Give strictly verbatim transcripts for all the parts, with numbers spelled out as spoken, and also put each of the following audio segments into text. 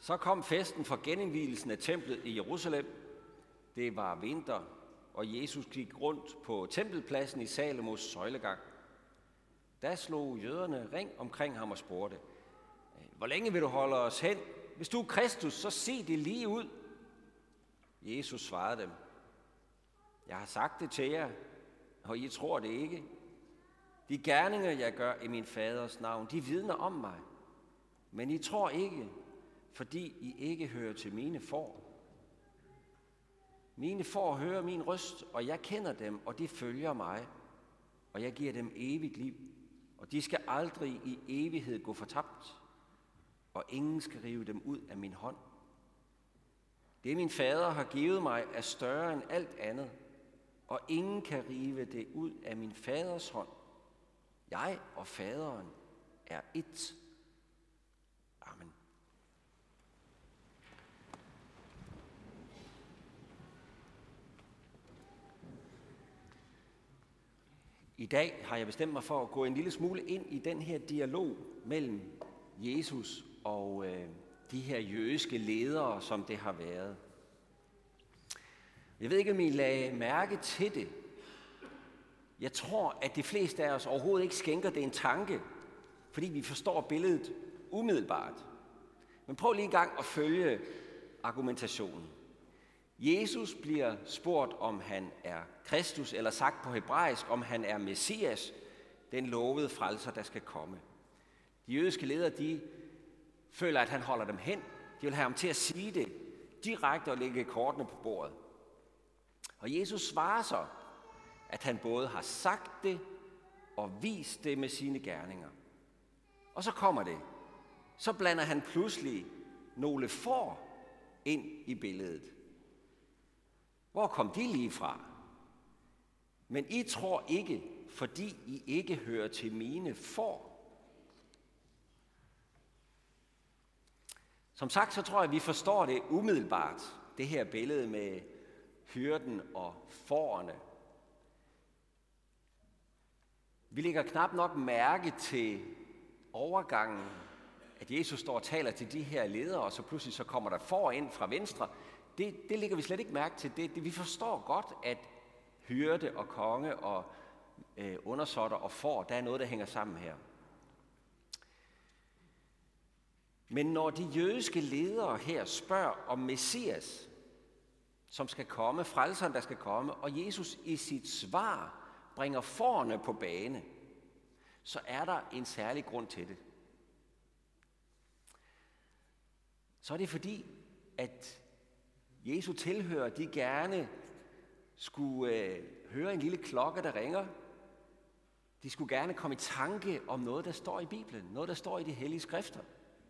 Så kom festen for genindvielsen af templet i Jerusalem. Det var vinter, og Jesus gik rundt på tempelpladsen i Salomos søjlegang. Da slog jøderne ring omkring ham og spurgte: Hvor længe vil du holde os hen? Hvis du er Kristus, så sig det lige ud. Jesus svarede dem: Jeg har sagt det til jer, og I tror det ikke. De gerninger, jeg gør i min faders navn, de vidner om mig. Men I tror ikke, fordi I ikke hører til mine får. Mine får hører min røst, og jeg kender dem, og de følger mig. Og jeg giver dem evigt liv, og de skal aldrig i evighed gå fortabt. Og ingen skal rive dem ud af min hånd. Det min fader har givet mig er større end alt andet, og ingen kan rive det ud af min faders hånd. Jeg og faderen er ét. Amen. I dag har jeg bestemt mig for at gå en lille smule ind i den her dialog mellem Jesus og øh, de her jødiske ledere, som det har været. Jeg ved ikke, om I lagde mærke til det. Jeg tror, at de fleste af os overhovedet ikke skænker det en tanke, fordi vi forstår billedet umiddelbart. Men prøv lige en gang at følge argumentationen. Jesus bliver spurgt, om han er Kristus, eller sagt på hebraisk, om han er Messias, den lovede frelser, der skal komme. De jødiske ledere, de føler, at han holder dem hen. De vil have ham til at sige det direkte og lægge kortene på bordet. Og Jesus svarer så, at han både har sagt det og vist det med sine gerninger. Og så kommer det. Så blander han pludselig nogle får ind i billedet. Hvor kom de lige fra? Men I tror ikke, fordi I ikke hører til mine får. Som sagt, så tror jeg, at vi forstår det umiddelbart, det her billede med hyrden og fårene. Vi lægger knap nok mærke til overgangen, at Jesus står og taler til de her ledere, og så pludselig så kommer der får ind fra venstre. Det, det lægger vi slet ikke mærke til. Det, det, vi forstår godt, at hyrde og konge og øh, undersåtter og får, der er noget, der hænger sammen her. Men når de jødiske ledere her spørger om Messias, som skal komme, frelseren, der skal komme, og Jesus i sit svar bringer fårene på bane, så er der en særlig grund til det. Så er det fordi, at Jesu tilhører, de gerne skulle øh, høre en lille klokke, der ringer. De skulle gerne komme i tanke om noget, der står i Bibelen, noget, der står i de hellige skrifter.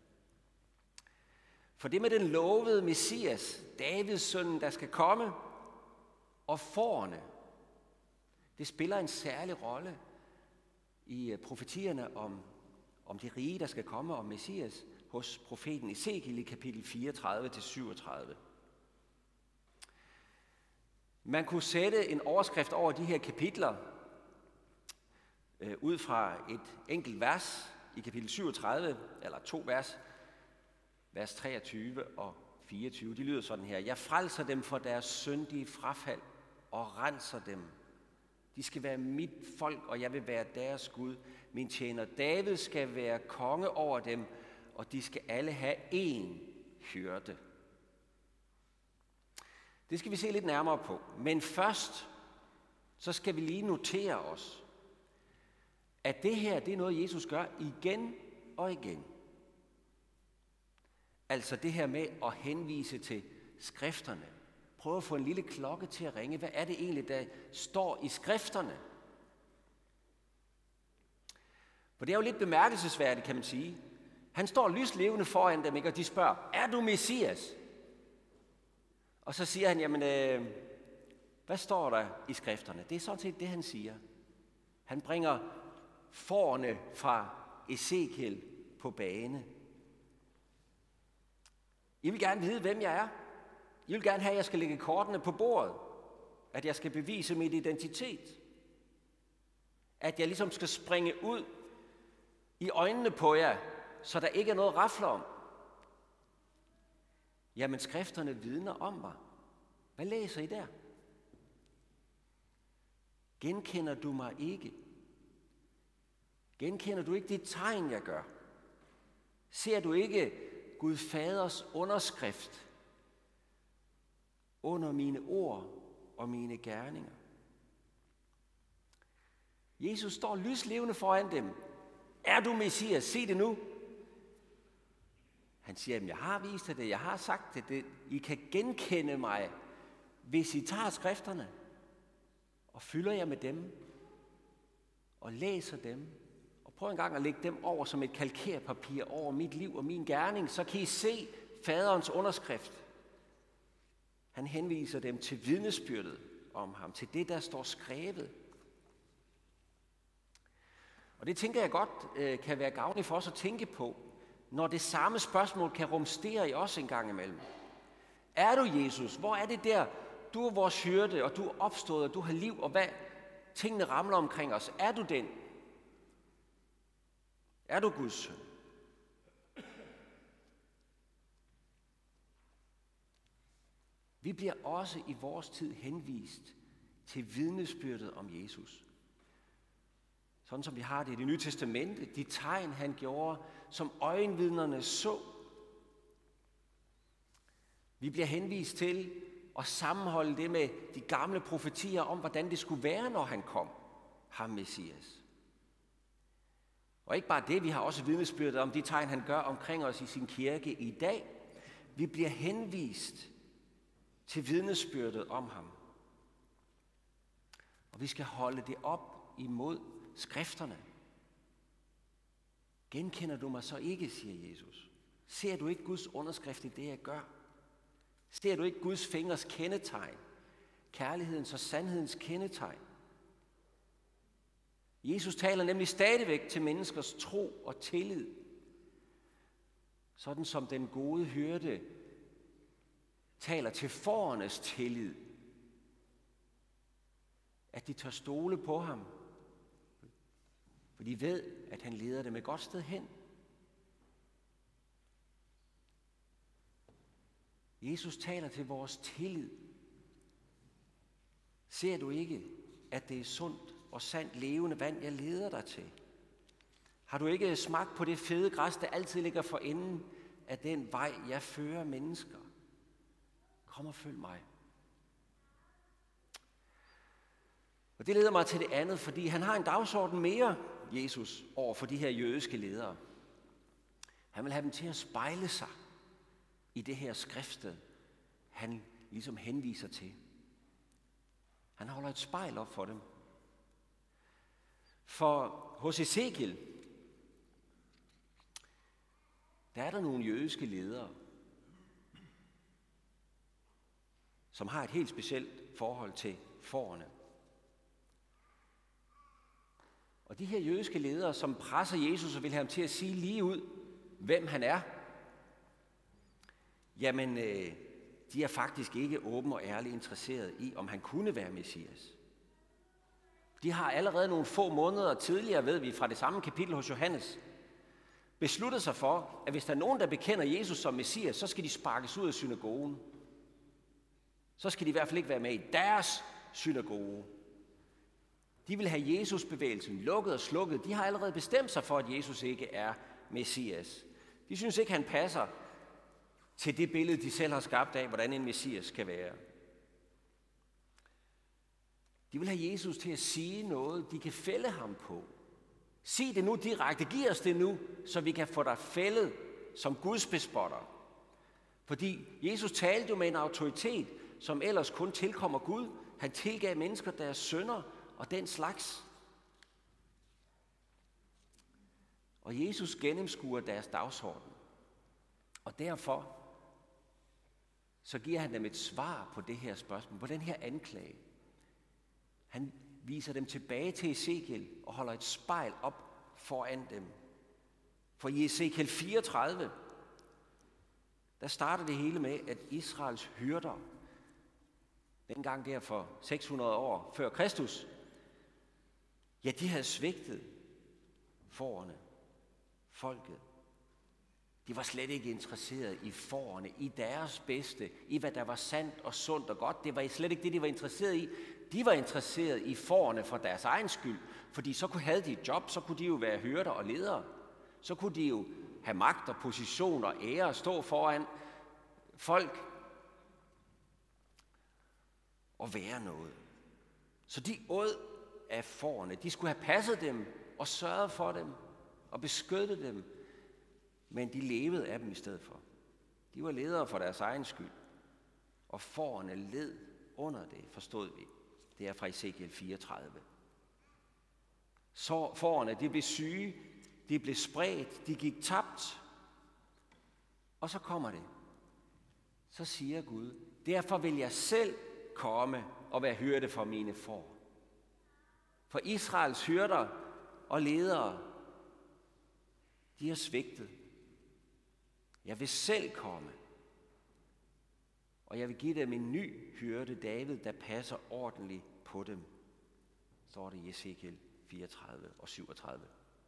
For det med den lovede Messias, Davids søn, der skal komme, og fårene, det spiller en særlig rolle i profetierne om, om det rige, der skal komme, om Messias, hos profeten Esekiel i kapitel fireogtredive til syvogtredive. Man kunne sætte en overskrift over de her kapitler øh, ud fra et enkelt vers i kapitel syvogtredive, eller to vers, vers treogtyve og fireogtyve. De lyder sådan her: Jeg frelser dem for deres syndige frafald og renser dem. De skal være mit folk, og jeg vil være deres Gud. Min tjener David skal være konge over dem, og de skal alle have én hyrde. Det skal vi se lidt nærmere på. Men først, så skal vi lige notere os, at det her, det er noget, Jesus gør igen og igen. Altså det her med at henvise til skrifterne. Prøv at få en lille klokke til at ringe. Hvad er det egentlig, der står i skrifterne? For det er jo lidt bemærkelsesværdigt, kan man sige. Han står lyslevende foran dem, ikke? Og de spørger: Er du Messias? Og så siger han: Jamen, øh, hvad står der i skrifterne? Det er sådan set det, han siger. Han bringer fårene fra Esekiel på bane. I vil gerne vide, hvem jeg er. I vil gerne have, at jeg skal lægge kortene på bordet. At jeg skal bevise min identitet. At jeg ligesom skal springe ud i øjnene på jer, så der ikke er noget at rafle om. Jamen, skrifterne vidner om mig. Hvad læser I der? Genkender du mig ikke? Genkender du ikke det tegn, jeg gør? Ser du ikke Gud Faders underskrift under mine ord og mine gerninger? Jesus står lyslevende foran dem. Er du Messias? Se det nu. Han siger, at jeg har vist dig det, jeg har sagt det, det. I kan genkende mig, hvis I tager skrifterne og fylder jer med dem og læser dem. Og prøv en gang at lægge dem over som et kalkerpapir over mit liv og min gerning, så kan I se faderens underskrift. Han henviser dem til vidnesbyrdet om ham, til det, der står skrevet. Og det tænker jeg godt øh, kan være gavnligt for os at tænke på, når det samme spørgsmål kan rumstere i os en gang imellem. Er du Jesus? Hvor er det der? Du er vores hyrde, og du er opstået, og du har liv, og hvad tingene ramler omkring os. Er du den? Er du Guds søn? Vi bliver også i vores tid henvist til vidnesbyrdet om Jesus. Sådan som vi har det i Det Nye Testamente, de tegn han gjorde, som øjenvidnerne så. Vi bliver henvist til at sammenholde det med de gamle profetier om, hvordan det skulle være, når han kom, ham Messias. Og ikke bare det, vi har også vidnesbyrdet om de tegn, han gør omkring os i sin kirke i dag. Vi bliver henvist til vidnesbyrdet om ham. Og vi skal holde det op imod skrifterne. Genkender du mig så ikke, siger Jesus. Ser du ikke Guds underskrift i det, jeg gør? Ser du ikke Guds fingers kendetegn? Kærlighedens og sandhedens kendetegn? Jesus taler nemlig stadigvæk til menneskers tro og tillid. Sådan som den gode hyrde taler til fårenes tillid. At de tør stole på ham. For de ved, at han leder dem et godt sted hen. Jesus taler til vores tillid. Ser du ikke, at det er sundt og sandt levende vand, jeg leder dig til? Har du ikke smagt på det fede græs, der altid ligger for enden af den vej, jeg fører mennesker? Kom og følg mig. Og det leder mig til det andet, fordi han har en dagsorden mere, Jesus, over for de her jødiske ledere. Han vil have dem til at spejle sig i det her skriftsted, han ligesom henviser til. Han holder et spejl op for dem. For hos Ezekiel, der er der nogle jødiske ledere, som har et helt specielt forhold til fårene. Og de her jødiske ledere, som presser Jesus og vil have ham til at sige lige ud, hvem han er, jamen, øh, de er faktisk ikke åben og ærligt interesseret i, om han kunne være Messias. De har allerede nogle få måneder tidligere, ved vi fra det samme kapitel hos Johannes, besluttet sig for, at hvis der er nogen, der bekender Jesus som Messias, så skal de sparkes ud af synagogen. Så skal de i hvert fald ikke være med i deres synagoge. De vil have Jesus-bevægelsen lukket og slukket. De har allerede bestemt sig for, at Jesus ikke er Messias. De synes ikke, han passer til det billede, de selv har skabt af, hvordan en Messias skal være. De vil have Jesus til at sige noget, de kan fælde ham på. Sig det nu direkte, giv os det nu, så vi kan få dig fældet som Guds bespotter. Fordi Jesus talte jo med en autoritet, som ellers kun tilkommer Gud. Han tilgav mennesker deres synder og den slags. Og Jesus gennemskuer deres dagsorden. Og derfor så giver han dem et svar på det her spørgsmål, på den her anklage. Han viser dem tilbage til Ezekiel og holder et spejl op foran dem. For i Ezekiel fireogtredive, der starter det hele med, at Israels hyrder, dengang der for seks hundrede år før Kristus, ja, de havde svigtet fårene, folket. De var slet ikke interesseret i fårene, i deres bedste, i hvad der var sandt og sundt og godt. Det var slet ikke det, de var interesseret i. De var interesseret i fårene for deres egen skyld, fordi så havde de et job, så kunne de jo være hyrder og ledere. Så kunne de jo have magt og position og ære og stå foran folk og være noget. Så de åd af fårene. De skulle have passet dem og sørget for dem og beskyttet dem, men de levede af dem i stedet for. De var ledere for deres egen skyld, og fårene led under det, forstod vi. Det er fra Ezekiel fireogtredive. Så fårene, de blev syge, de blev spredt, de gik tabt. Og så kommer det. Så siger Gud, derfor vil jeg selv komme og være hyrde for mine får. For Israels hyrder og ledere, de har svigtet. Jeg vil selv komme, og jeg vil give dem en ny hyrde, David, der passer ordentligt på dem, står det i Ezekiel fireogtredive og syvogtredive.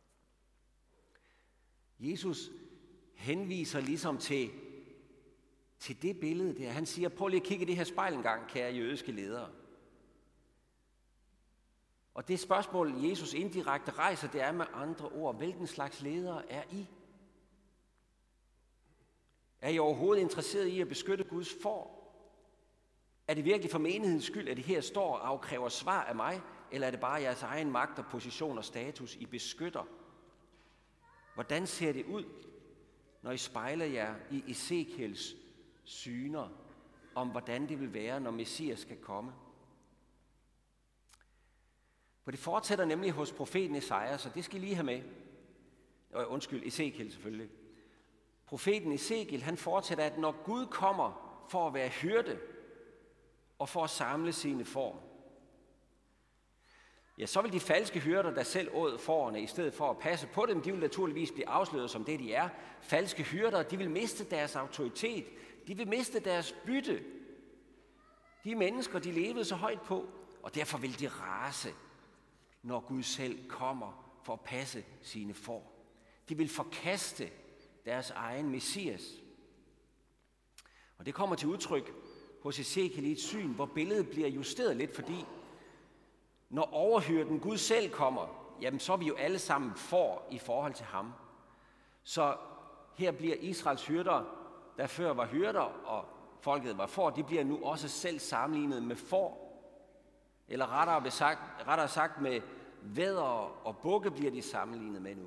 Jesus henviser ligesom til, til det billede der. Han siger, prøv lige at kigge i det her spejl en gang, kære jødiske ledere. Og det spørgsmål, Jesus indirekte rejser, det er med andre ord, hvilken slags ledere er I? Er I overhovedet interesseret i at beskytte Guds får? Er det virkelig for menighedens skyld, at I her står og afkræver svar af mig, eller er det bare jeres egen magt og position og status, I beskytter? Hvordan ser det ud, når I spejler jer i Ezekiels syner om, hvordan det vil være, når Messias skal komme? For det fortsætter nemlig hos profeten Esajas, så det skal I lige have med. Undskyld, Ezekiel selvfølgelig. Profeten Ezekiel, han fortsætter, at når Gud kommer for at være hyrde og for at samle sine får, ja, så vil de falske hyrder, der selv åd fårene, i stedet for at passe på dem, de vil naturligvis blive afsløret som det, de er. Falske hyrder, de vil miste deres autoritet. De vil miste deres bytte. De mennesker, de levede så højt på, og derfor vil de rase, når Gud selv kommer for at passe sine får. De vil forkaste deres egen Messias. Og det kommer til udtryk hos Ezekiel i et syn, hvor billedet bliver justeret lidt, fordi når overhyrden Gud selv kommer, jamen så er vi jo alle sammen får i forhold til ham. Så her bliver Israels hyrder, der før var hyrder, og folket var får, de bliver nu også selv sammenlignet med får. Eller rettere sagt, rettere sagt med væddere og bukke bliver de sammenlignet med nu.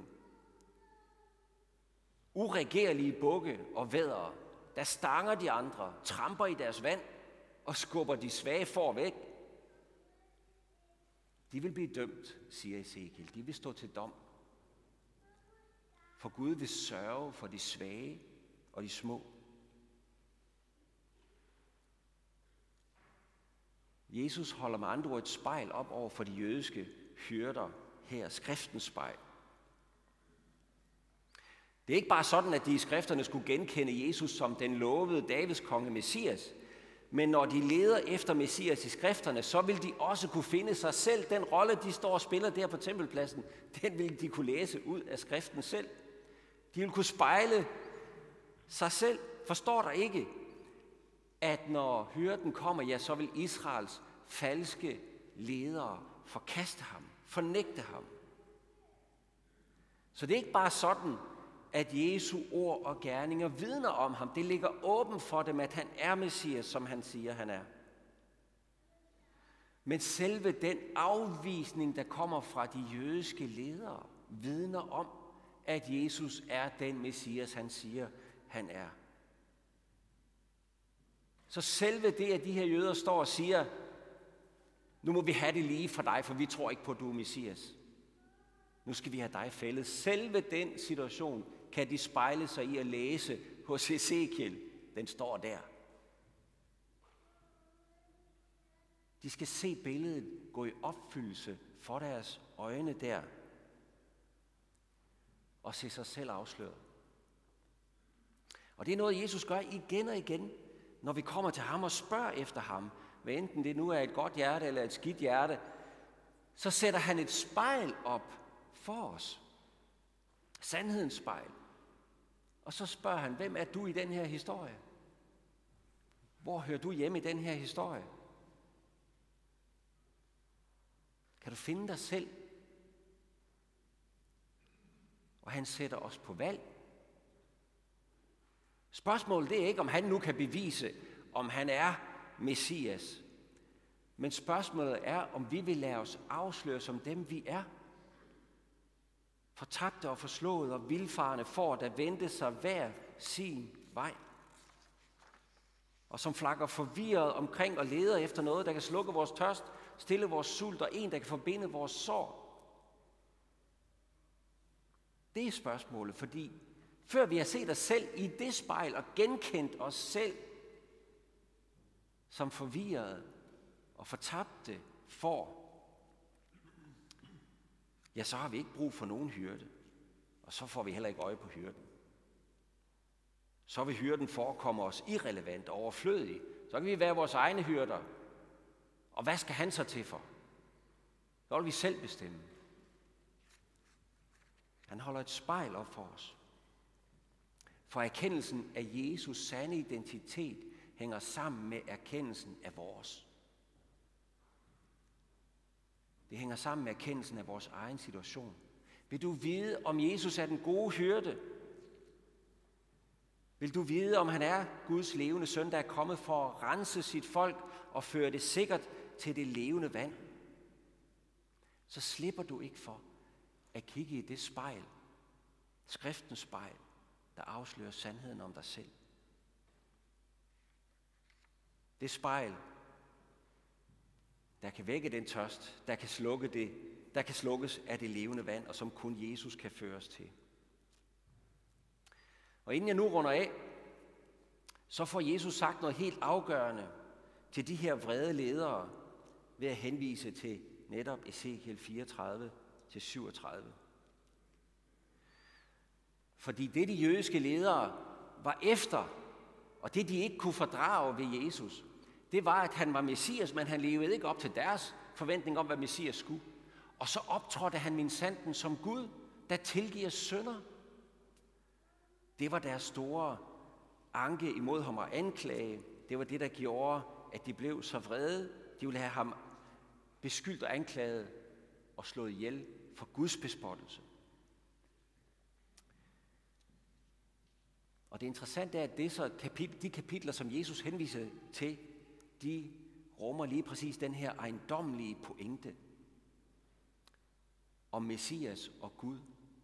Uregerlige bukke og væddere, der stanger de andre, tramper i deres vand og skubber de svage får væk. De vil blive dømt, siger Ezekiel. De vil stå til dom. For Gud vil sørge for de svage og de små. Jesus holder med andre ord et spejl op over for de jødiske hyrder her, skriftens spejl. Det er ikke bare sådan, at de i skrifterne skulle genkende Jesus som den lovede Davids konge Messias, men når de leder efter Messias i skrifterne, så vil de også kunne finde sig selv. Den rolle, de står og spiller der på tempelpladsen, den vil de kunne læse ud af skriften selv. De vil kunne spejle sig selv. Forstår der ikke, at når hyrden kommer, ja, så vil Israels falske ledere forkaste ham, fornægte ham. Så det er ikke bare sådan, at Jesu ord og gerninger vidner om ham. Det ligger åbent for dem, at han er Messias, som han siger, han er. Men selve den afvisning, der kommer fra de jødiske ledere, vidner om, at Jesus er den Messias, han siger, han er. Så selve det, at de her jøder står og siger, nu må vi have det lige for dig, for vi tror ikke på, at du er Messias. Nu skal vi have dig fældet. Selve den situation kan de spejle sig i at læse hos Ezekiel. Den står der. De skal se billedet gå i opfyldelse for deres øjne der, og se sig selv afsløret. Og det er noget, Jesus gør igen og igen, når vi kommer til ham og spørger efter ham. Hvad enten det nu er et godt hjerte eller et skidt hjerte, så sætter han et spejl op for os. Sandhedens spejl. Og så spørger han, hvem er du i den her historie? Hvor hører du hjemme i den her historie? Kan du finde dig selv? Og han sætter os på valg. Spørgsmålet det er ikke, om han nu kan bevise, om han er Messias. Men spørgsmålet er, om vi vil lade os afsløre som dem, vi er. Fortabte og forslået og vildfarne får, der vente sig hver sin vej. Og som flakker forvirret omkring og leder efter noget, der kan slukke vores tørst, stille vores sult og en, der kan forbinde vores sår. Det er spørgsmålet, fordi før vi har set os selv i det spejl og genkendt os selv som forvirrede og fortabte får, ja, så har vi ikke brug for nogen hyrde, og så får vi heller ikke øje på hyrden. Så vil hyrden forekomme os irrelevant og overflødig. Så kan vi være vores egne hyrder. Og hvad skal han så til for? Så vil vi selv bestemme. Han holder et spejl op for os. For erkendelsen af Jesus sande identitet hænger sammen med erkendelsen af vores. Det hænger sammen med erkendelsen af vores egen situation. Vil du vide, om Jesus er den gode hyrde? Vil du vide, om han er Guds levende søn, der er kommet for at rense sit folk og føre det sikkert til det levende vand? Så slipper du ikke for at kigge i det spejl, skriftens spejl, der afslører sandheden om dig selv. Det spejl, der kan vække den tørst, der kan slukke det, der kan slukkes af det levende vand, og som kun Jesus kan føre os til. Og inden jeg nu runder af, så får Jesus sagt noget helt afgørende til de her vrede ledere ved at henvise til netop Ezekiel fireogtredive til syvogtredive. Fordi det de jødiske ledere var efter, og det de ikke kunne fordrage ved Jesus, det var, at han var Messias, men han levede ikke op til deres forventning om, hvad Messias skulle. Og så optrådte han minsandten som Gud, der tilgiver synder. Det var deres store anke imod ham og anklage. Det var det, der gjorde, at de blev så vrede. De ville have ham beskyldt og anklaget og slået ihjel for Guds bespottelse. Og det interessante er, at det så kapitel, de kapitler, som Jesus henviser til, de rummer lige præcis den her ejendommelige pointe om Messias og Gud,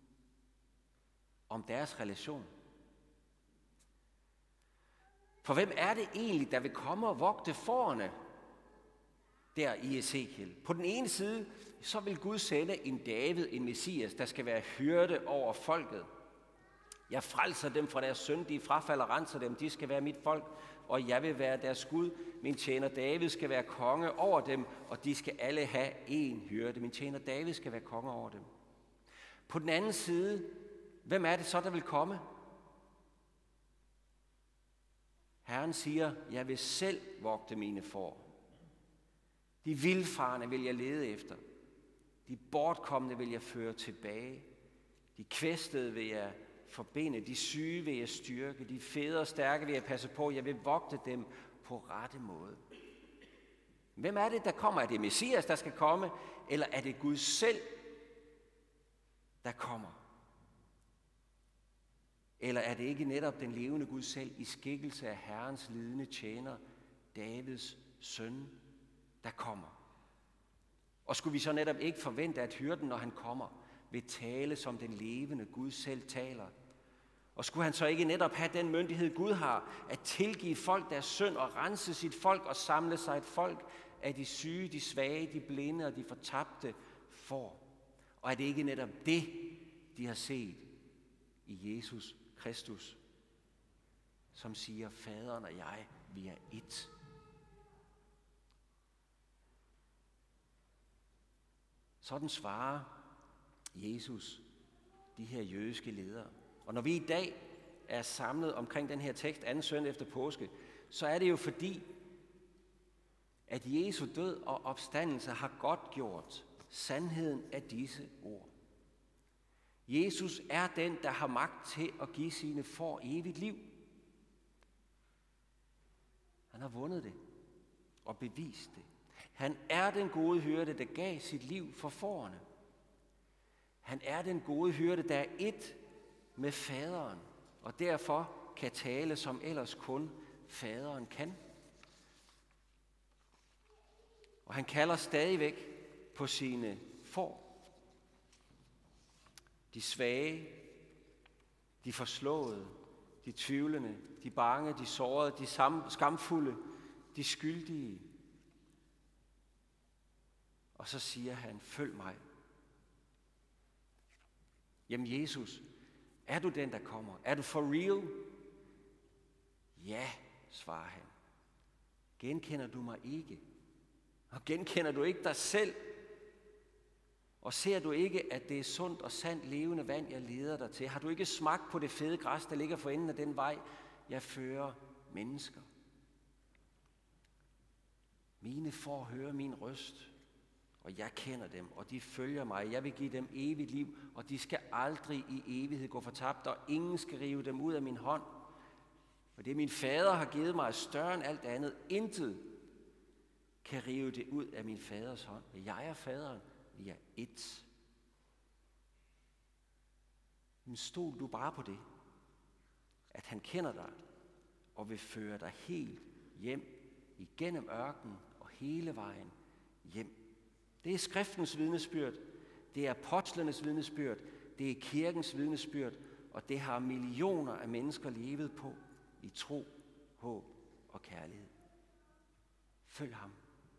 om deres relation. For hvem er det egentlig, der vil komme og vogte fårene der i Ezekiel? På den ene side, så vil Gud sende en David, en Messias, der skal være hyrde over folket. Jeg frelser dem fra deres synd, de frafalder og renser dem, de skal være mit folk, og jeg vil være deres Gud. Min tjener David skal være konge over dem, og de skal alle have én hyrde. Min tjener David skal være konge over dem. På den anden side, hvem er det så, der vil komme? Herren siger, jeg vil selv vogte mine får. De vildfarne vil jeg lede efter. De bortkomne vil jeg føre tilbage. De kvæstede vil jeg forbinde. De syge vil jeg styrke. De fede og stærke vil jeg passe på. Jeg vil vogte dem på rette måde. Hvem er det, der kommer? Er det Messias, der skal komme? Eller er det Gud selv, der kommer? Eller er det ikke netop den levende Gud selv i skikkelse af Herrens lidende tjener, Davids søn, der kommer? Og skulle vi så netop ikke forvente, at hyrden, når han kommer, vil tale som den levende Gud selv taler? Og skulle han så ikke netop have den myndighed, Gud har, at tilgive folk deres synd og rense sit folk og samle sig et folk af de syge, de svage, de blinde og de fortabte får? Og er det ikke netop det, de har set i Jesus Kristus, som siger, faderen og jeg, vi er ét? Sådan svarer Jesus de her jødiske ledere. Og når vi i dag er samlet omkring den her tekst, anden søndag efter påske, så er det jo fordi, at Jesu død og opstandelse har godtgjort sandheden af disse ord. Jesus er den, der har magt til at give sine får evigt liv. Han har vundet det og bevist det. Han er den gode hyrde, der gav sit liv for fårene. Han er den gode hyrde, der er ét med faderen, og derfor kan tale, som ellers kun faderen kan. Og han kalder stadigvæk på sine får. De svage, de forslåede, de tvivlende, de bange, de sårede, de skamfulde, de skyldige. Og så siger han, følg mig. Jamen Jesus, er du den, der kommer? Er du for real? Ja, svarer han. Genkender du mig ikke? Og genkender du ikke dig selv? Og ser du ikke, at det er sundt og sandt levende vand, jeg leder dig til? Har du ikke smagt på det fede græs, der ligger for enden af den vej, jeg fører mennesker? Mine får høre min røst, og jeg kender dem, og de følger mig. Jeg vil give dem evigt liv, og de skal aldrig i evighed gå fortabt, og ingen skal rive dem ud af min hånd. For det min fader har givet mig er større end alt andet. Intet kan rive det ud af min faders hånd. Jeg er faderen, vi er ét. Men stol du bare på det, at han kender dig og vil føre dig helt hjem igennem ørkenen og hele vejen hjem. Det er skriftens vidnesbyrd, det er apostlenes vidnesbyrd, det er kirkens vidnesbyrd, og det har millioner af mennesker levet på i tro, håb og kærlighed. Følg ham.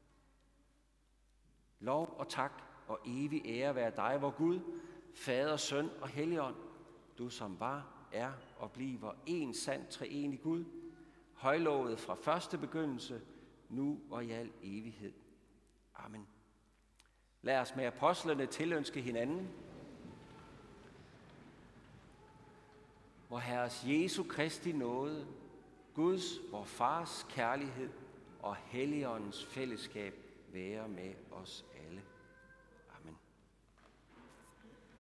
Lov og tak og evig ære være dig, vor Gud, Fader, Søn og Helligånd, du som var, er og bliver en sand treenig Gud, højlovet fra første begyndelse, nu og i al evighed. Amen. Lad os med apostlene tilønske hinanden. Vor Herres Jesu Kristi nåde, Guds, vor Fars kærlighed og Helligåndens fællesskab være med os alle.